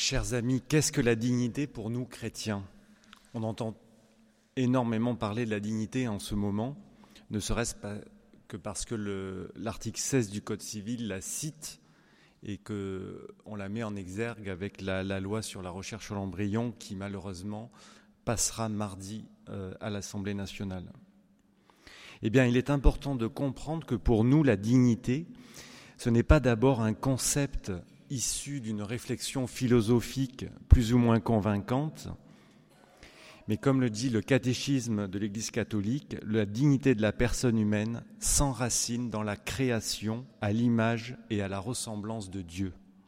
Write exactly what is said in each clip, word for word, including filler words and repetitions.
Chers amis, qu'est-ce que la dignité pour nous chrétiens ? On entend énormément parler de la dignité en ce moment, ne serait-ce pas que parce que le, l'article seize du Code civil la cite et qu'on la met en exergue avec la, la loi sur la recherche sur l'embryon qui malheureusement passera mardi euh, à l'Assemblée nationale. Eh bien, il est important de comprendre que pour nous, la dignité, ce n'est pas d'abord un concept issu d'une réflexion philosophique plus ou moins convaincante, mais comme le dit le catéchisme de l'Église catholique, la dignité de la personne humaine s'enracine dans la création à l'image et à la ressemblance de Dieu.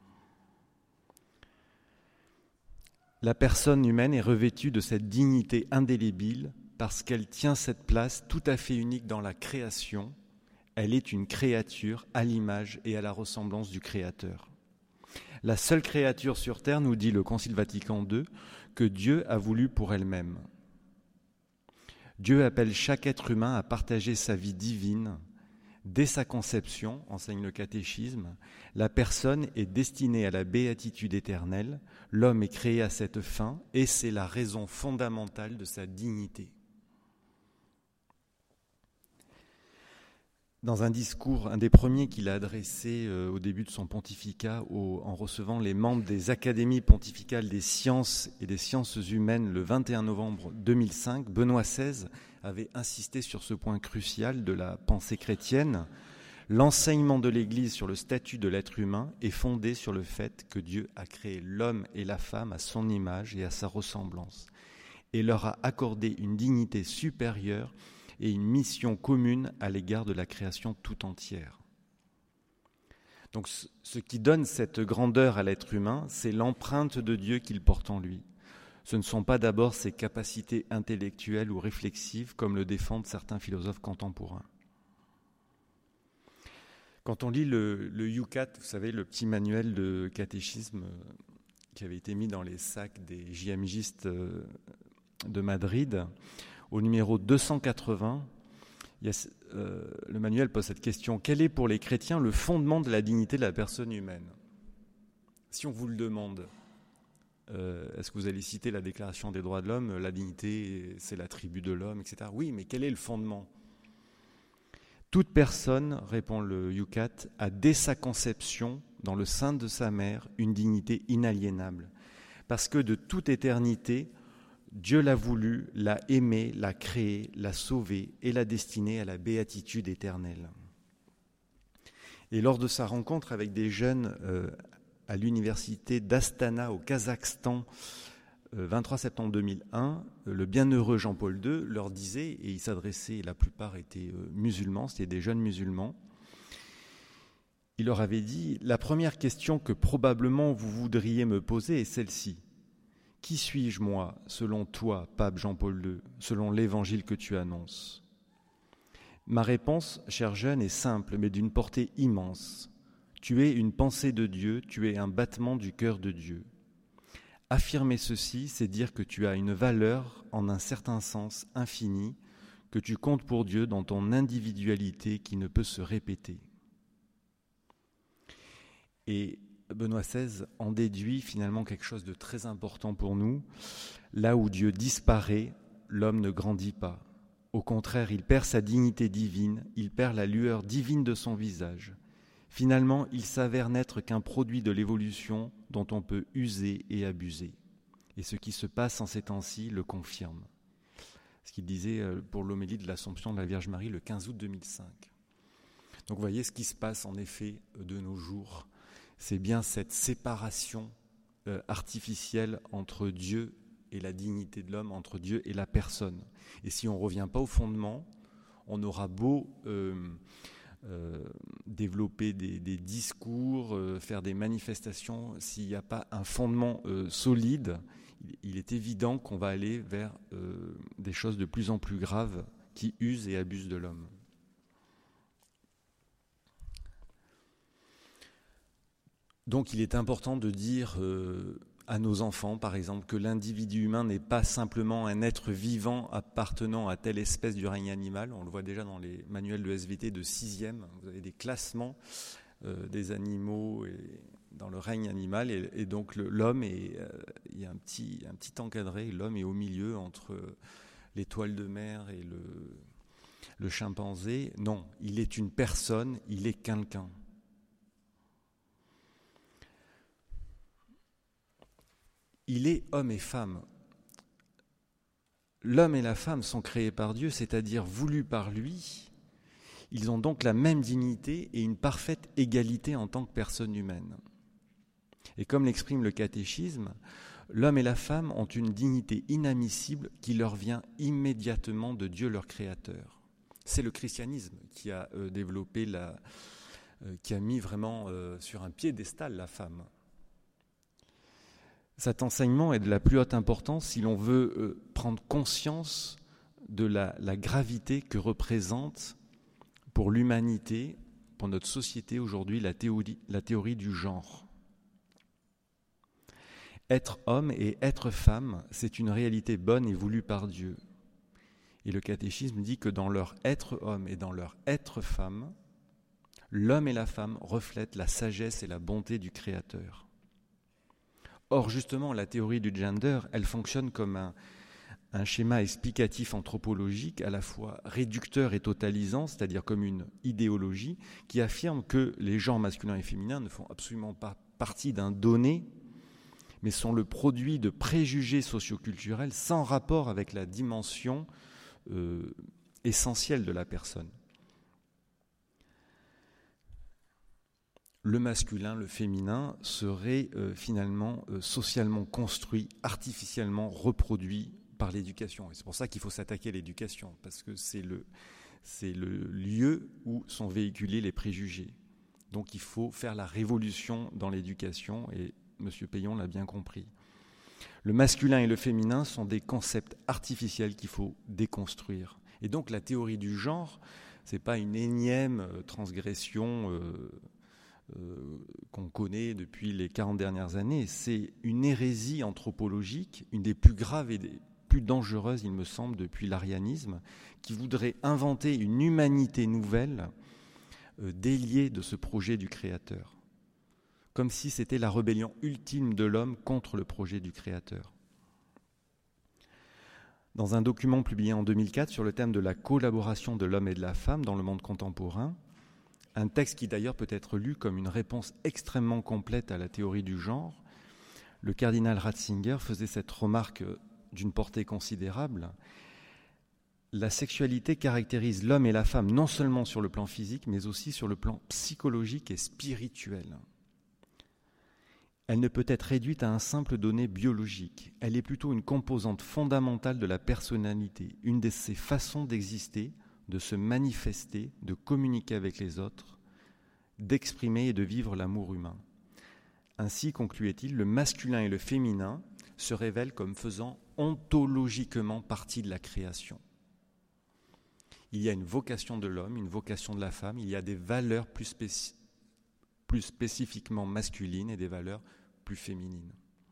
La personne humaine est revêtue de cette dignité indélébile parce qu'elle tient cette place tout à fait unique dans la création. Elle est une créature à l'image et à la ressemblance du Créateur. La seule créature sur terre, nous dit le Concile Vatican deux, que Dieu a voulu pour elle-même. Dieu appelle chaque être humain à partager sa vie divine. Dès sa conception, enseigne le catéchisme, la personne est destinée à la béatitude éternelle, l'homme est créé à cette fin et c'est la raison fondamentale de sa dignité. Dans un discours, un des premiers qu'il a adressé euh, au début de son pontificat au, en recevant les membres des académies pontificales des sciences et des sciences humaines le vingt et un novembre deux mille cinq, Benoît seize avait insisté sur ce point crucial de la pensée chrétienne. L'enseignement de l'Église sur le statut de l'être humain est fondé sur le fait que Dieu a créé l'homme et la femme à son image et à sa ressemblance et leur a accordé une dignité supérieure et une mission commune à l'égard de la création tout entière. Donc ce qui donne cette grandeur à l'être humain, c'est l'empreinte de Dieu qu'il porte en lui. Ce ne sont pas d'abord ses capacités intellectuelles ou réflexives, comme le défendent certains philosophes contemporains. Quand on lit le, le Yucat, vous savez, le petit manuel de catéchisme qui avait été mis dans les sacs des J M Gistes de Madrid, au numéro deux cent quatre-vingts, il y a, euh, le manuel pose cette question. Quel est pour les chrétiens le fondement de la dignité de la personne humaine ? Si on vous le demande, euh, est-ce que vous allez citer la Déclaration des droits de l'homme ? La dignité, c'est l'attribut de l'homme, et cetera. Oui, mais quel est le fondement ? Toute personne, répond le Yucat, a dès sa conception, dans le sein de sa mère, une dignité inaliénable. Parce que de toute éternité, Dieu l'a voulu, l'a aimé, l'a créé, l'a sauvé et l'a destiné à la béatitude éternelle. Et lors de sa rencontre avec des jeunes euh, à l'université d'Astana au Kazakhstan, euh, vingt-trois septembre deux mille un, euh, le bienheureux Jean-Paul deux leur disait, et il s'adressait, la plupart étaient euh, musulmans, c'était des jeunes musulmans, il leur avait dit « La première question que probablement vous voudriez me poser est celle-ci. Qui suis-je, moi, selon toi, pape Jean-Paul deux, selon l'évangile que tu annonces ? Ma réponse, cher jeune, est simple, mais d'une portée immense. Tu es une pensée de Dieu, tu es un battement du cœur de Dieu. Affirmer ceci, c'est dire que tu as une valeur, en un certain sens, infinie, que tu comptes pour Dieu dans ton individualité qui ne peut se répéter. » Et Benoît seize en déduit finalement quelque chose de très important pour nous. Là où Dieu disparaît, l'homme ne grandit pas. Au contraire, il perd sa dignité divine, il perd la lueur divine de son visage. Finalement, il s'avère n'être qu'un produit de l'évolution dont on peut user et abuser. Et ce qui se passe en ces temps-ci le confirme. Ce qu'il disait pour l'homélie de l'Assomption de la Vierge Marie le quinze août deux mille cinq. Donc vous voyez ce qui se passe en effet de nos jours. C'est bien cette séparation euh, artificielle entre Dieu et la dignité de l'homme, entre Dieu et la personne. Et si on ne revient pas au fondement, on aura beau euh, euh, développer des, des discours, euh, faire des manifestations, s'il n'y a pas un fondement euh, solide, il, il est évident qu'on va aller vers euh, des choses de plus en plus graves qui usent et abusent de l'homme. Donc il est important de dire euh, à nos enfants, par exemple, que l'individu humain n'est pas simplement un être vivant appartenant à telle espèce du règne animal. On le voit déjà dans les manuels de S V T de sixième. Vous avez des classements euh, des animaux et dans le règne animal, et, et donc le, l'homme, est, euh, il y a un petit, un petit encadré, l'homme est au milieu entre l'étoile de mer et le, le chimpanzé. Non, il est une personne, il est quelqu'un. Il est homme et femme. L'homme et la femme sont créés par Dieu, c'est-à-dire voulus par lui. Ils ont donc la même dignité et une parfaite égalité en tant que personne humaine. Et comme l'exprime le catéchisme, l'homme et la femme ont une dignité inadmissible qui leur vient immédiatement de Dieu leur Créateur. C'est le christianisme qui a euh, développé, la, euh, qui a mis vraiment euh, sur un piédestal la femme. Cet enseignement est de la plus haute importance si l'on veut euh, prendre conscience de la, la gravité que représente pour l'humanité, pour notre société aujourd'hui, la théorie, la théorie du genre. Être homme et être femme, c'est une réalité bonne et voulue par Dieu. Et le catéchisme dit que dans leur être homme et dans leur être femme, l'homme et la femme reflètent la sagesse et la bonté du Créateur. Or, justement, la théorie du gender, elle fonctionne comme un, un schéma explicatif anthropologique à la fois réducteur et totalisant, c'est-à-dire comme une idéologie qui affirme que les genres masculins et féminins ne font absolument pas partie d'un donné, mais sont le produit de préjugés socioculturels sans rapport avec la dimension euh, essentielle de la personne. Le masculin, le féminin serait euh, finalement euh, socialement construit, artificiellement reproduit par l'éducation. Et c'est pour ça qu'il faut s'attaquer à l'éducation, parce que c'est le, c'est le lieu où sont véhiculés les préjugés. Donc il faut faire la révolution dans l'éducation, et M. Payon l'a bien compris. Le masculin et le féminin sont des concepts artificiels qu'il faut déconstruire. Et donc la théorie du genre, ce n'est pas une énième euh, transgression euh, Euh, qu'on connaît depuis les quarante dernières années, c'est une hérésie anthropologique, une des plus graves et des plus dangereuses, il me semble, depuis l'arianisme, qui voudrait inventer une humanité nouvelle euh, déliée de ce projet du Créateur, comme si c'était la rébellion ultime de l'homme contre le projet du Créateur. Dans un document publié en deux mille quatre sur le thème de la collaboration de l'homme et de la femme dans le monde contemporain, un texte qui d'ailleurs peut être lu comme une réponse extrêmement complète à la théorie du genre, le cardinal Ratzinger faisait cette remarque d'une portée considérable. La sexualité caractérise l'homme et la femme non seulement sur le plan physique, mais aussi sur le plan psychologique et spirituel. Elle ne peut être réduite à un simple donné biologique. Elle est plutôt une composante fondamentale de la personnalité, une de ses façons d'exister, de se manifester, de communiquer avec les autres, d'exprimer et de vivre l'amour humain. Ainsi, concluait-il, le masculin et le féminin se révèlent comme faisant ontologiquement partie de la création. Il y a une vocation de l'homme, une vocation de la femme, il y a des valeurs plus, spéci- plus spécifiquement masculines et des valeurs plus féminines.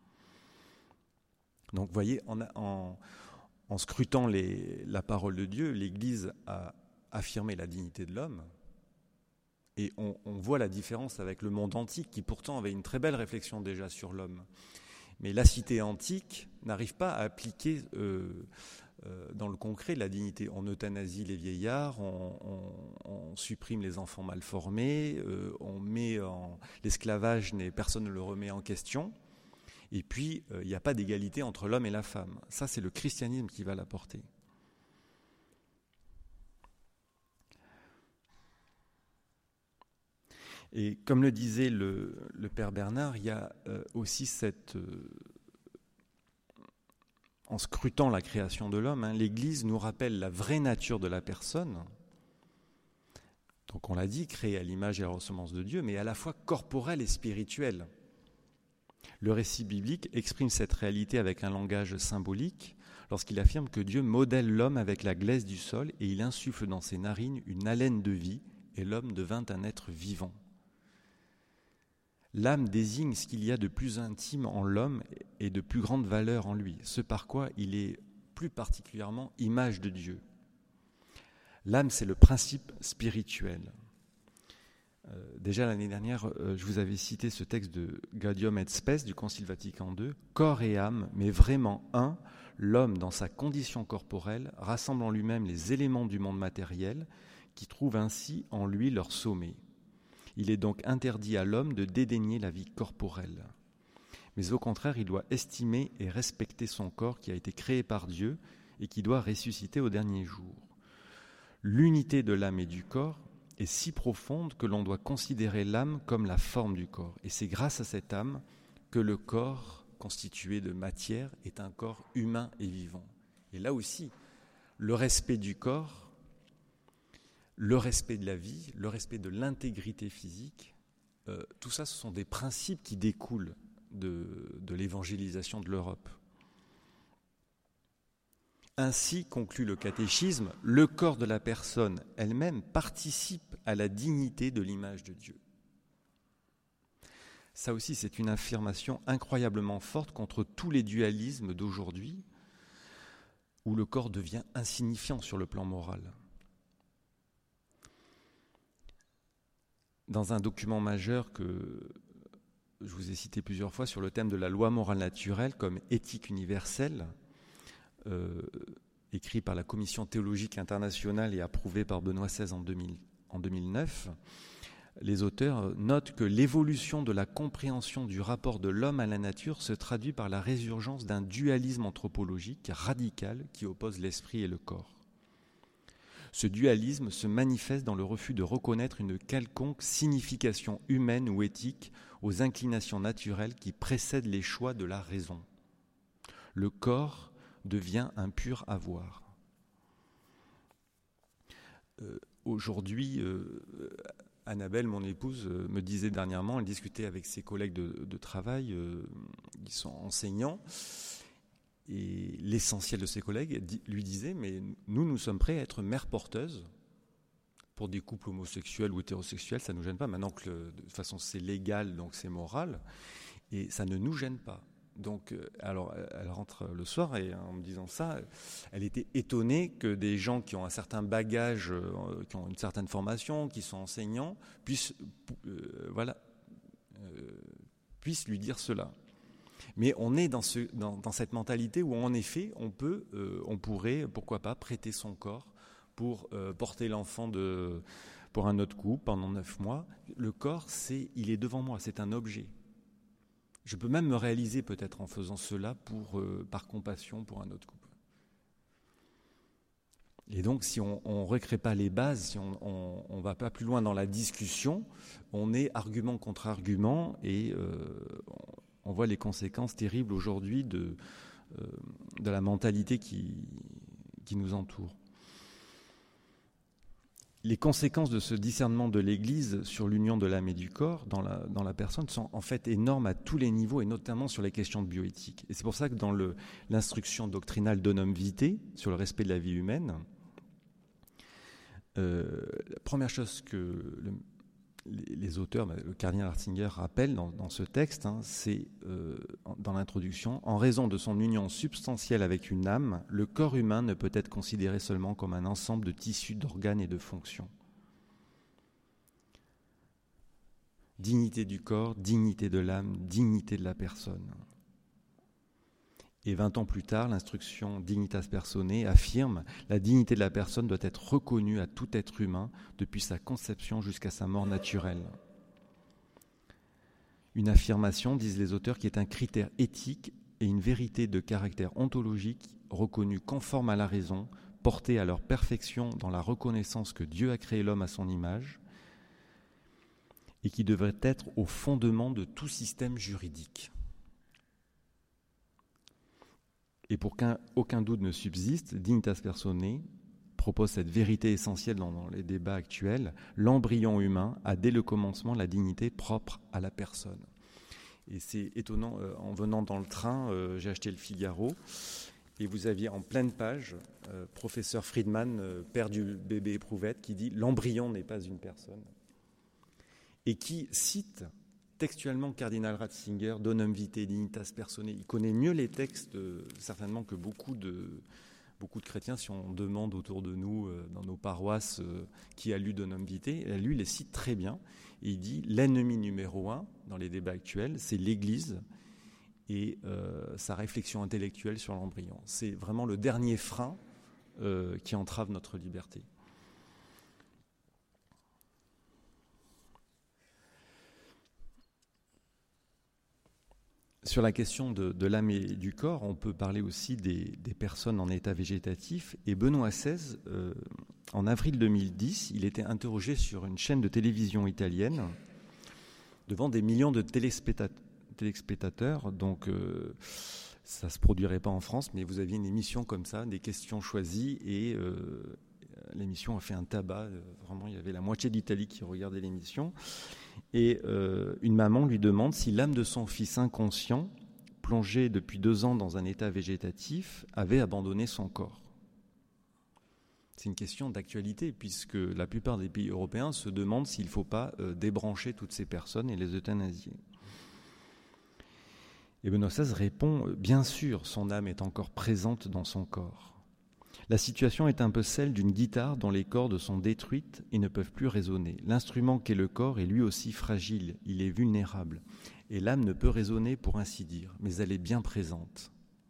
Donc, vous voyez, en, en En scrutant les, la parole de Dieu, l'Église a affirmé la dignité de l'homme. Et on, on voit la différence avec le monde antique, qui pourtant avait une très belle réflexion déjà sur l'homme. Mais la cité antique n'arrive pas à appliquer euh, euh, dans le concret la dignité. On euthanasie les vieillards, on, on, on supprime les enfants mal formés, euh, on met en, l'esclavage, personne ne le remet en question. Et puis, il euh, n'y a pas d'égalité entre l'homme et la femme. Ça, c'est le christianisme qui va l'apporter. Et comme le disait le, le père Bernard, il y a euh, aussi cette... Euh, en scrutant la création de l'homme, hein, l'Église nous rappelle la vraie nature de la personne. Donc on l'a dit, créée à l'image et à la ressemblance de Dieu, mais à la fois corporelle et spirituelle. Le récit biblique exprime cette réalité avec un langage symbolique lorsqu'il affirme que Dieu modèle l'homme avec la glaise du sol et il insuffle dans ses narines une haleine de vie et l'homme devint un être vivant. L'âme désigne ce qu'il y a de plus intime en l'homme et de plus grande valeur en lui, ce par quoi il est plus particulièrement image de Dieu. L'âme, c'est le principe spirituel. Euh, déjà l'année dernière, euh, je vous avais cité ce texte de Gaudium et Spes du Concile Vatican deux, corps et âme, mais vraiment un, l'homme dans sa condition corporelle rassemble en lui-même les éléments du monde matériel qui trouvent ainsi en lui leur sommet. Il est donc interdit à l'homme de dédaigner la vie corporelle. Mais au contraire, il doit estimer et respecter son corps qui a été créé par Dieu et qui doit ressusciter au dernier jour. L'unité de l'âme et du corps est si profonde que l'on doit considérer l'âme comme la forme du corps. Et c'est grâce à cette âme que le corps, constitué de matière, est un corps humain et vivant. Et là aussi, le respect du corps, le respect de la vie, le respect de l'intégrité physique, euh, tout ça, ce sont des principes qui découlent de, de l'évangélisation de l'Europe. Ainsi, conclut le catéchisme, le corps de la personne elle-même participe à la dignité de l'image de Dieu. Ça aussi, c'est une affirmation incroyablement forte contre tous les dualismes d'aujourd'hui, où le corps devient insignifiant sur le plan moral. Dans un document majeur que je vous ai cité plusieurs fois sur le thème de la loi morale naturelle comme éthique universelle, Euh, écrit par la Commission théologique internationale et approuvé par Benoît seize en, deux mille, en deux mille neuf, les auteurs notent que l'évolution de la compréhension du rapport de l'homme à la nature se traduit par la résurgence d'un dualisme anthropologique radical qui oppose l'esprit et le corps. Ce dualisme se manifeste dans le refus de reconnaître une quelconque signification humaine ou éthique aux inclinations naturelles qui précèdent les choix de la raison. Le corps devient un pur avoir. Euh, aujourd'hui, euh, Annabelle, mon épouse, euh, me disait dernièrement, elle discutait avec ses collègues de, de travail, euh, qui sont enseignants, et l'essentiel de ses collègues di- lui disait, mais nous, nous sommes prêts à être mères porteuses pour des couples homosexuels ou hétérosexuels, ça ne nous gêne pas, maintenant que le, de toute façon c'est légal, donc c'est moral, et ça ne nous gêne pas. Donc, alors, elle rentre le soir et en me disant ça, elle était étonnée que des gens qui ont un certain bagage, qui ont une certaine formation, qui sont enseignants, puissent, euh, voilà, euh, puissent lui dire cela. Mais on est dans, ce, dans, dans cette mentalité où, en effet, on peut, euh, on pourrait, pourquoi pas, prêter son corps pour euh, porter l'enfant de, pour un autre couple pendant neuf mois. Le corps, c'est, il est devant moi, c'est un objet. Je peux même me réaliser peut-être en faisant cela pour, euh, par compassion pour un autre couple. Et donc, si on ne recrée pas les bases, si on ne va pas plus loin dans la discussion, on est argument contre argument et euh, on voit les conséquences terribles aujourd'hui de, euh, de la mentalité qui, qui nous entoure. Les conséquences de ce discernement de l'Église sur l'union de l'âme et du corps dans la, dans la personne sont en fait énormes à tous les niveaux et notamment sur les questions de bioéthique. Et c'est pour ça que dans le, l'instruction doctrinale Donum Vitae sur le respect de la vie humaine, euh, la première chose que le, les, les auteurs, le cardinal Ratzinger rappelle dans, dans ce texte, hein, c'est euh, dans l'introduction, en raison de son union substantielle avec une âme, le corps humain ne peut être considéré seulement comme un ensemble de tissus, d'organes et de fonctions. Dignité du corps, dignité de l'âme, dignité de la personne. Et vingt ans plus tard, l'instruction Dignitas Personae affirme « La dignité de la personne doit être reconnue à tout être humain depuis sa conception jusqu'à sa mort naturelle. » Une affirmation, disent les auteurs, qui est un critère éthique et une vérité de caractère ontologique reconnue conforme à la raison, portée à leur perfection dans la reconnaissance que Dieu a créé l'homme à son image et qui devrait être au fondement de tout système juridique. Et pour qu'aucun doute ne subsiste, Dignitas Personae propose cette vérité essentielle dans, dans les débats actuels. L'embryon humain a dès le commencement la dignité propre à la personne. Et c'est étonnant, euh, en venant dans le train, euh, j'ai acheté le Figaro, et vous aviez en pleine page, euh, professeur Friedman, euh, père du bébé éprouvette, qui dit « L'embryon n'est pas une personne ». Et qui cite textuellement cardinal Ratzinger, Donum Vitae, Dignitas Personae. Il connaît mieux les textes, euh, certainement, que beaucoup de, beaucoup de chrétiens, si on demande autour de nous, euh, dans nos paroisses, euh, qui a lu Donum Vitae, lui, il les cite très bien. Et il dit, l'ennemi numéro un, dans les débats actuels, c'est l'Église et euh, sa réflexion intellectuelle sur l'embryon. C'est vraiment le dernier frein euh, qui entrave notre liberté. Sur la question de, de l'âme et du corps, on peut parler aussi des, des personnes en état végétatif. Et Benoît seize, euh, en avril deux mille dix, il était interrogé sur une chaîne de télévision italienne devant des millions de téléspectateurs. téléspectateurs donc, euh, ça ne se produirait pas en France, mais vous aviez une émission comme ça, des questions choisies, et euh, l'émission a fait un tabac. Vraiment, il y avait la moitié d'Italie qui regardait l'émission. Et euh, une maman lui demande si l'âme de son fils inconscient, plongé depuis deux ans dans un état végétatif, avait abandonné son corps. C'est une question d'actualité, puisque la plupart des pays européens se demandent s'il ne faut pas euh, débrancher toutes ces personnes et les euthanasier. Et Benoît seize répond, bien sûr, son âme est encore présente dans son corps. La situation est un peu celle d'une guitare dont les cordes sont détruites et ne peuvent plus résonner. L'instrument qu'est le corps est lui aussi fragile, il est vulnérable. Et l'âme ne peut résonner pour ainsi dire, mais elle est bien présente.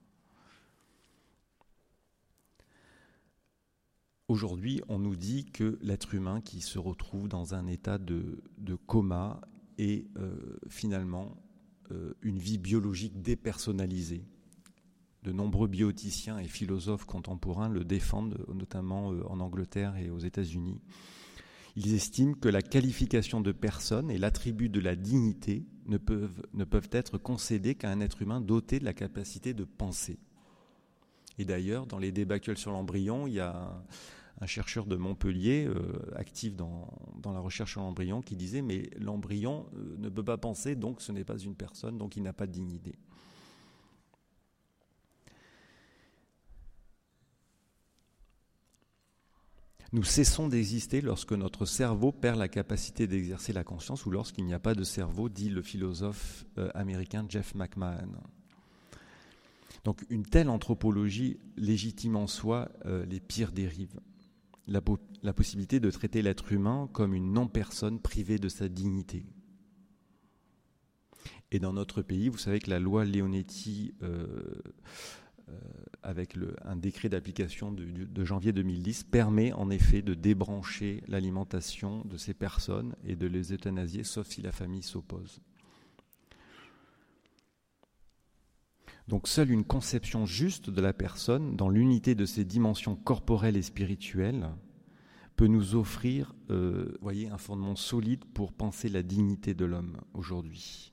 Aujourd'hui, on nous dit que l'être humain qui se retrouve dans un état de, de coma est euh, finalement euh, une vie biologique dépersonnalisée. De nombreux bioticiens et philosophes contemporains le défendent, notamment en Angleterre et aux États-Unis. Ils estiment que la qualification de personne et l'attribut de la dignité ne peuvent, ne peuvent être concédés qu'à un être humain doté de la capacité de penser. Et d'ailleurs, dans les débats actuels sur l'embryon, il y a un, un chercheur de Montpellier, euh, actif dans, dans la recherche sur l'embryon, qui disait « mais l'embryon euh, ne peut pas penser, donc ce n'est pas une personne, donc il n'a pas de dignité ». Nous cessons d'exister lorsque notre cerveau perd la capacité d'exercer la conscience ou lorsqu'il n'y a pas de cerveau, dit le philosophe euh, américain Jeff McMahon. Donc une telle anthropologie légitime en soi euh, les pires dérives. La, po- la possibilité de traiter l'être humain comme une non-personne privée de sa dignité. Et dans notre pays, vous savez que la loi Leonetti... Euh, Euh, avec le, un décret d'application de, de janvier deux mille dix, permet en effet de débrancher l'alimentation de ces personnes et de les euthanasier, sauf si la famille s'oppose. Donc seule une conception juste de la personne, dans l'unité de ses dimensions corporelles et spirituelles, peut nous offrir euh, voyez, un fondement solide pour penser la dignité de l'homme aujourd'hui.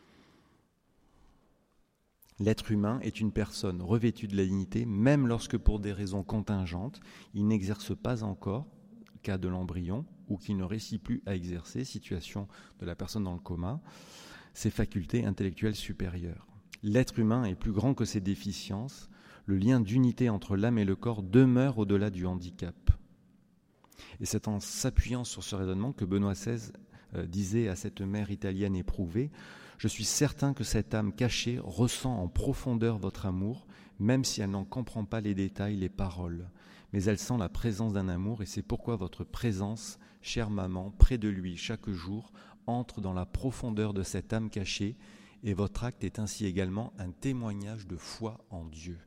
L'être humain est une personne revêtue de la dignité, même lorsque pour des raisons contingentes, il n'exerce pas encore, cas de l'embryon, ou qu'il ne réussit plus à exercer, situation de la personne dans le coma, ses facultés intellectuelles supérieures. L'être humain est plus grand que ses déficiences, le lien d'unité entre l'âme et le corps demeure au-delà du handicap. Et c'est en s'appuyant sur ce raisonnement que Benoît seize euh, disait à cette mère italienne éprouvée: je suis certain que cette âme cachée ressent en profondeur votre amour, même si elle n'en comprend pas les détails, les paroles. Mais elle sent la présence d'un amour, et c'est pourquoi votre présence, chère maman, près de lui chaque jour, entre dans la profondeur de cette âme cachée, et votre acte est ainsi également un témoignage de foi en Dieu.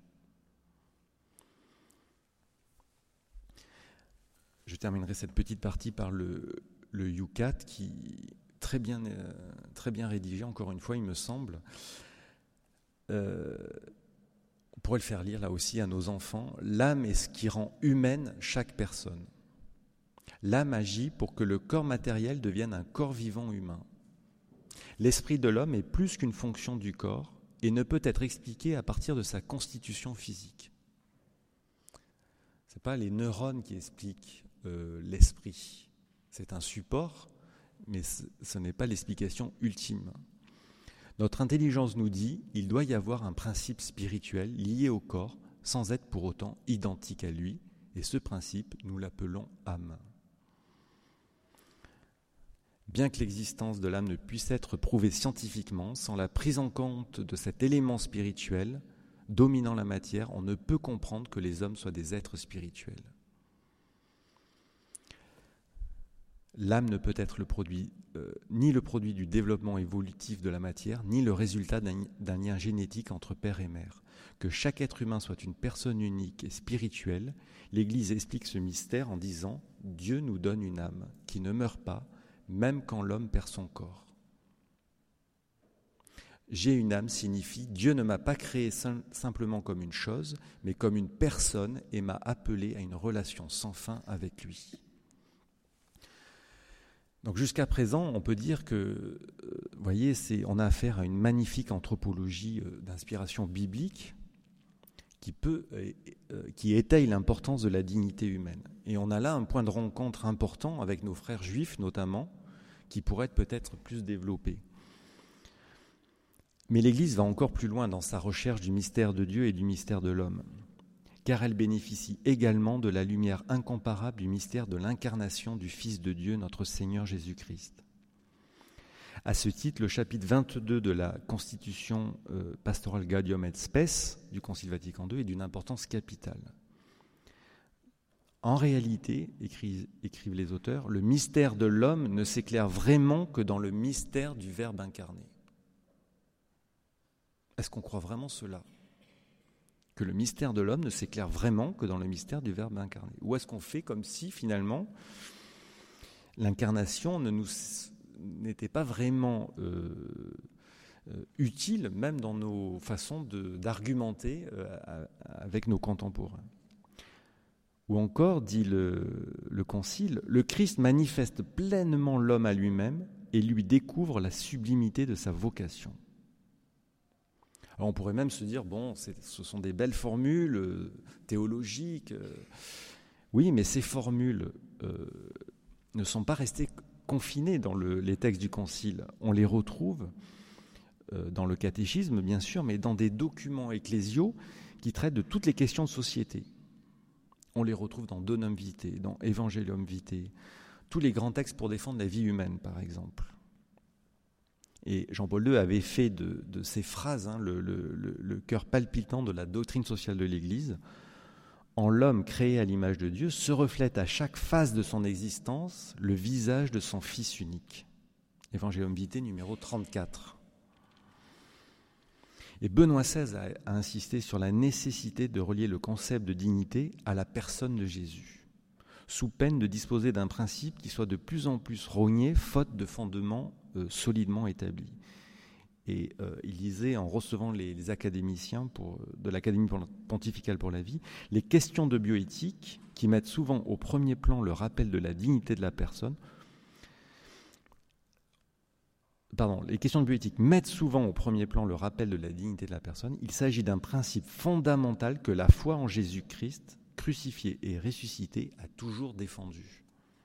Je terminerai cette petite partie par le, le Yucat qui... Très bien, euh, très bien rédigé, encore une fois, il me semble. Euh, on pourrait le faire lire là aussi à nos enfants. L'âme est ce qui rend humaine chaque personne. L'âme agit pour que le corps matériel devienne un corps vivant humain. L'esprit de l'homme est plus qu'une fonction du corps et ne peut être expliqué à partir de sa constitution physique. Ce n'est pas les neurones qui expliquent euh, l'esprit. C'est un support, mais ce n'est pas l'explication ultime. Notre intelligence nous dit qu'il doit y avoir un principe spirituel lié au corps, sans être pour autant identique à lui, et ce principe, nous l'appelons âme. Bien que l'existence de l'âme ne puisse être prouvée scientifiquement, sans la prise en compte de cet élément spirituel, dominant la matière, on ne peut comprendre que les hommes soient des êtres spirituels. L'âme ne peut être le produit, euh, ni le produit du développement évolutif de la matière, ni le résultat d'un, d'un lien génétique entre père et mère. Que chaque être humain soit une personne unique et spirituelle, l'Église explique ce mystère en disant « Dieu nous donne une âme qui ne meurt pas, même quand l'homme perd son corps. » J'ai une âme signifie Dieu ne m'a pas créé sim- simplement comme une chose, mais comme une personne et m'a appelé à une relation sans fin avec lui. Donc jusqu'à présent, on peut dire que, euh, vous voyez, c'est, on a affaire à une magnifique anthropologie euh, d'inspiration biblique qui peut, euh, euh, qui étaye l'importance de la dignité humaine. Et on a là un point de rencontre important avec nos frères juifs notamment, qui pourrait être peut-être plus développé. Mais l'Église va encore plus loin dans sa recherche du mystère de Dieu et du mystère de l'homme, car elle bénéficie également de la lumière incomparable du mystère de l'incarnation du Fils de Dieu, notre Seigneur Jésus-Christ. À ce titre, le chapitre vingt-deux de la Constitution euh, pastorale Gaudium et Spes du Concile Vatican deux est d'une importance capitale. En réalité, écrivent, écrivent les auteurs, le mystère de l'homme ne s'éclaire vraiment que dans le mystère du Verbe incarné. Est-ce qu'on croit vraiment cela ? Que le mystère de l'homme ne s'éclaire vraiment que dans le mystère du Verbe incarné ? Ou est-ce qu'on fait comme si, finalement, l'incarnation ne nous, n'était pas vraiment euh, euh, utile, même dans nos façons de, d'argumenter euh, avec nos contemporains ? Ou encore, dit le, le Concile, le Christ manifeste pleinement l'homme à lui-même et lui découvre la sublimité de sa vocation. Alors on pourrait même se dire, bon, c'est, ce sont des belles formules euh, théologiques. Euh, oui, mais ces formules euh, ne sont pas restées confinées dans le, les textes du Concile. On les retrouve euh, dans le catéchisme, bien sûr, mais dans des documents ecclésiaux qui traitent de toutes les questions de société. On les retrouve dans Donum Vitae, dans Evangelium Vitae, tous les grands textes pour défendre la vie humaine, par exemple. Et Jean-Paul deux avait fait de, de ces phrases hein, le, le, le, le cœur palpitant de la doctrine sociale de l'Église. En l'homme créé à l'image de Dieu se reflète à chaque phase de son existence le visage de son Fils unique. Evangelium Vitae numéro trente-quatre. Et Benoît seize a, a insisté sur la nécessité de relier le concept de dignité à la personne de Jésus, sous peine de disposer d'un principe qui soit de plus en plus rogné, faute de fondements euh, solidement établis. Et euh, il disait, en recevant les, les académiciens pour, de l'Académie pontificale pour la vie, les questions de bioéthique, qui mettent souvent au premier plan le rappel de la dignité de la personne, Pardon, les questions de bioéthique mettent souvent au premier plan le rappel de la dignité de la personne. Il s'agit d'un principe fondamental que la foi en Jésus-Christ, crucifié et ressuscité, a toujours défendu.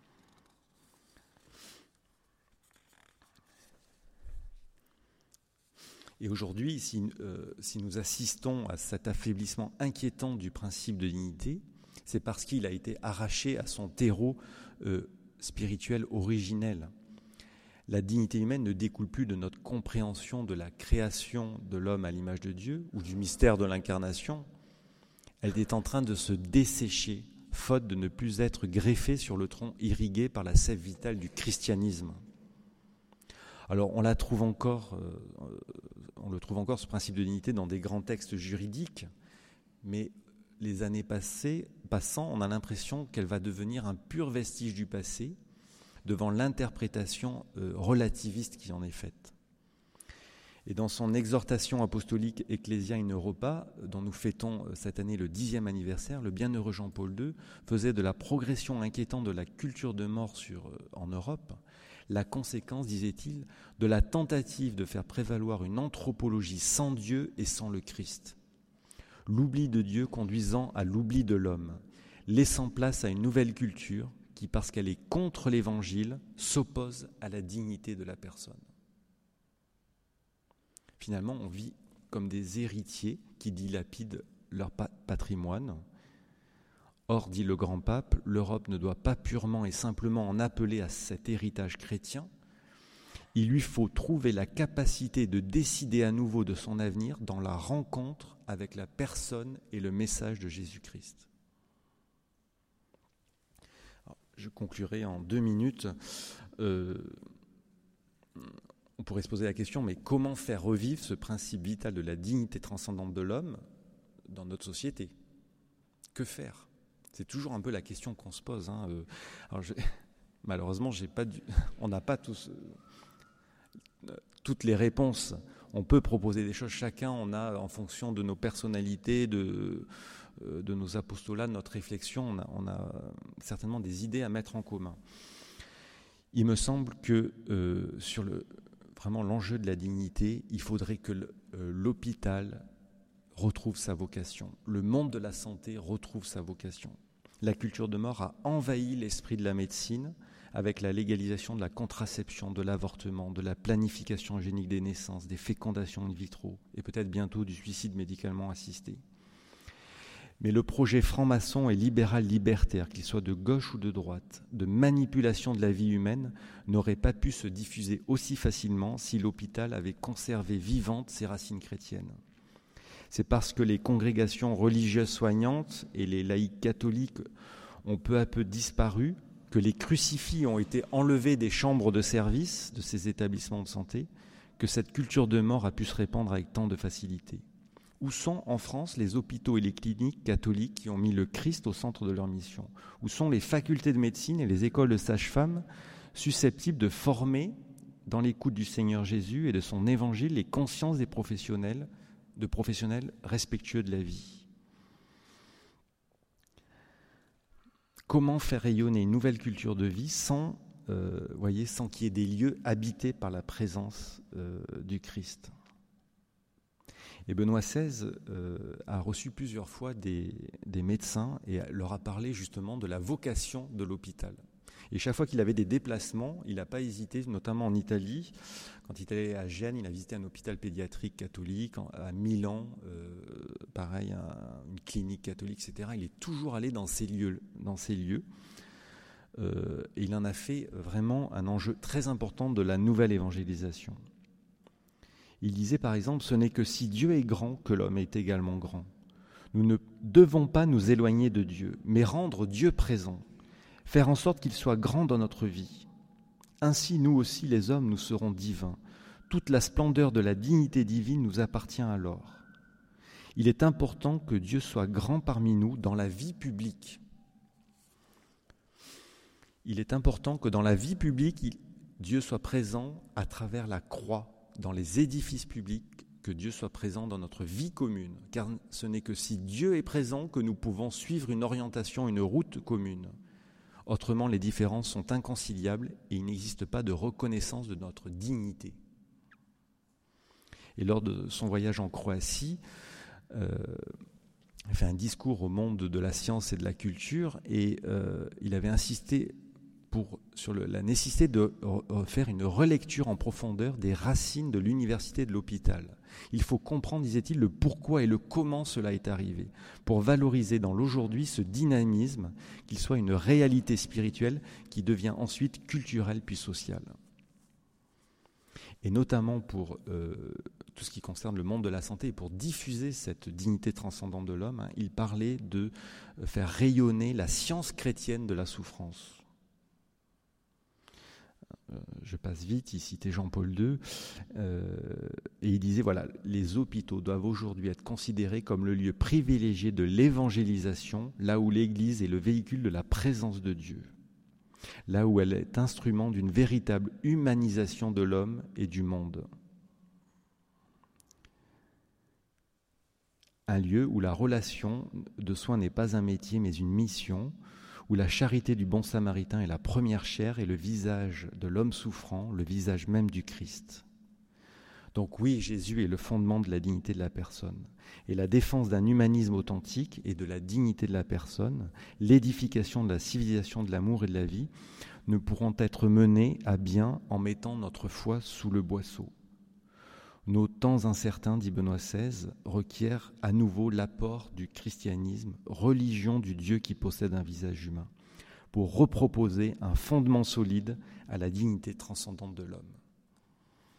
Et aujourd'hui, si, euh, si nous assistons à cet affaiblissement inquiétant du principe de dignité, c'est parce qu'il a été arraché à son terreau euh, spirituel originel. La dignité humaine ne découle plus de notre compréhension de la création de l'homme à l'image de Dieu ou du mystère de l'incarnation. Elle est en train de se dessécher, faute de ne plus être greffée sur le tronc irrigué par la sève vitale du christianisme. Alors on la trouve encore, euh, on le trouve encore ce principe de dignité dans des grands textes juridiques, mais les années passées, passant, on a l'impression qu'elle va devenir un pur vestige du passé, devant l'interprétation euh, relativiste qui en est faite. Et dans son exhortation apostolique Ecclesia in Europa, dont nous fêtons euh, cette année le dixième anniversaire, le bienheureux Jean-Paul deux faisait de la progression inquiétante de la culture de mort sur, euh, en Europe la conséquence, disait-il, de la tentative de faire prévaloir une anthropologie sans Dieu et sans le Christ. L'oubli de Dieu conduisant à l'oubli de l'homme, laissant place à une nouvelle culture qui, parce qu'elle est contre l'Évangile, s'oppose à la dignité de la personne. Finalement, on vit comme des héritiers qui dilapident leur patrimoine. Or, dit le grand pape, l'Europe ne doit pas purement et simplement en appeler à cet héritage chrétien. Il lui faut trouver la capacité de décider à nouveau de son avenir dans la rencontre avec la personne et le message de Jésus-Christ. Alors, je conclurai en deux minutes. Euh, on pourrait se poser la question, mais comment faire revivre ce principe vital de la dignité transcendante de l'homme dans notre société ? Que faire ? C'est toujours un peu la question qu'on se pose. Hein. Euh, alors je, malheureusement, j'ai pas dû, on n'a pas tous... toutes les réponses. On peut proposer des choses, chacun on a, en fonction de nos personnalités, de, de nos apostolats, de notre réflexion, on a, on a certainement des idées à mettre en commun. Il me semble que euh, sur le, vraiment l'enjeu de la dignité, il faudrait que le, euh, l'hôpital retrouve sa vocation, le monde de la santé retrouve sa vocation. La culture de mort a envahi l'esprit de la médecine, avec la légalisation de la contraception, de l'avortement, de la planification génique des naissances, des fécondations in vitro, et peut-être bientôt du suicide médicalement assisté. Mais le projet franc-maçon et libéral-libertaire, qu'il soit de gauche ou de droite, de manipulation de la vie humaine, n'aurait pas pu se diffuser aussi facilement si l'hôpital avait conservé vivantes ses racines chrétiennes. C'est parce que les congrégations religieuses soignantes et les laïcs catholiques ont peu à peu disparu, que les crucifix ont été enlevés des chambres de service de ces établissements de santé, que cette culture de mort a pu se répandre avec tant de facilité. Où sont en France les hôpitaux et les cliniques catholiques qui ont mis le Christ au centre de leur mission ? Où sont les facultés de médecine et les écoles de sages-femmes susceptibles de former dans l'écoute du Seigneur Jésus et de son évangile les consciences des professionnels, de professionnels respectueux de la vie ? Comment faire rayonner une nouvelle culture de vie sans, euh, voyez, sans qu'il y ait des lieux habités par la présence euh, du Christ ? Et Benoît seize euh, a reçu plusieurs fois des, des médecins et leur a parlé justement de la vocation de l'hôpital. Et chaque fois qu'il avait des déplacements, il n'a pas hésité, notamment en Italie. Quand il est allé à Gênes, il a visité un hôpital pédiatrique catholique. À Milan, euh, pareil, un, une clinique catholique, et cetera. Il est toujours allé dans ces lieux. Dans ces lieux. Euh, et il en a fait vraiment un enjeu très important de la nouvelle évangélisation. Il disait par exemple, « Ce n'est que si Dieu est grand que l'homme est également grand. Nous ne devons pas nous éloigner de Dieu, mais rendre Dieu présent. Faire en sorte qu'il soit grand dans notre vie. Ainsi, nous aussi, les hommes, nous serons divins. Toute la splendeur de la dignité divine nous appartient alors. Il est important que Dieu soit grand parmi nous dans la vie publique. Il est important que dans la vie publique, il, Dieu soit présent à travers la croix, dans les édifices publics, que Dieu soit présent dans notre vie commune. Car ce n'est que si Dieu est présent que nous pouvons suivre une orientation, une route commune. Autrement, les différences sont inconciliables et il n'existe pas de reconnaissance de notre dignité. » Et lors de son voyage en Croatie, euh, il a fait un discours au monde de la science et de la culture et euh, il avait insisté pour, sur le, la nécessité de faire une relecture en profondeur des racines de l'université de l'hôpital. Il faut comprendre, disait-il, le pourquoi et le comment cela est arrivé, pour valoriser dans l'aujourd'hui ce dynamisme, qu'il soit une réalité spirituelle qui devient ensuite culturelle puis sociale. Et notamment pour euh, tout ce qui concerne le monde de la santé et pour diffuser cette dignité transcendante de l'homme, hein, il parlait de faire rayonner la science chrétienne de la souffrance. Je passe vite, il citait Jean-Paul deux, euh, et il disait, voilà, les hôpitaux doivent aujourd'hui être considérés comme le lieu privilégié de l'évangélisation, là où l'Église est le véhicule de la présence de Dieu, là où elle est instrument d'une véritable humanisation de l'homme et du monde. Un lieu où la relation de soins n'est pas un métier mais une mission, où la charité du bon samaritain est la première chair et le visage de l'homme souffrant, le visage même du Christ. Donc oui, Jésus est le fondement de la dignité de la personne. Et la défense d'un humanisme authentique et de la dignité de la personne, l'édification de la civilisation de l'amour et de la vie, ne pourront être menées à bien en mettant notre foi sous le boisseau. Nos temps incertains, dit Benoît seize, requièrent à nouveau l'apport du christianisme, religion du Dieu qui possède un visage humain, pour reproposer un fondement solide à la dignité transcendante de l'homme.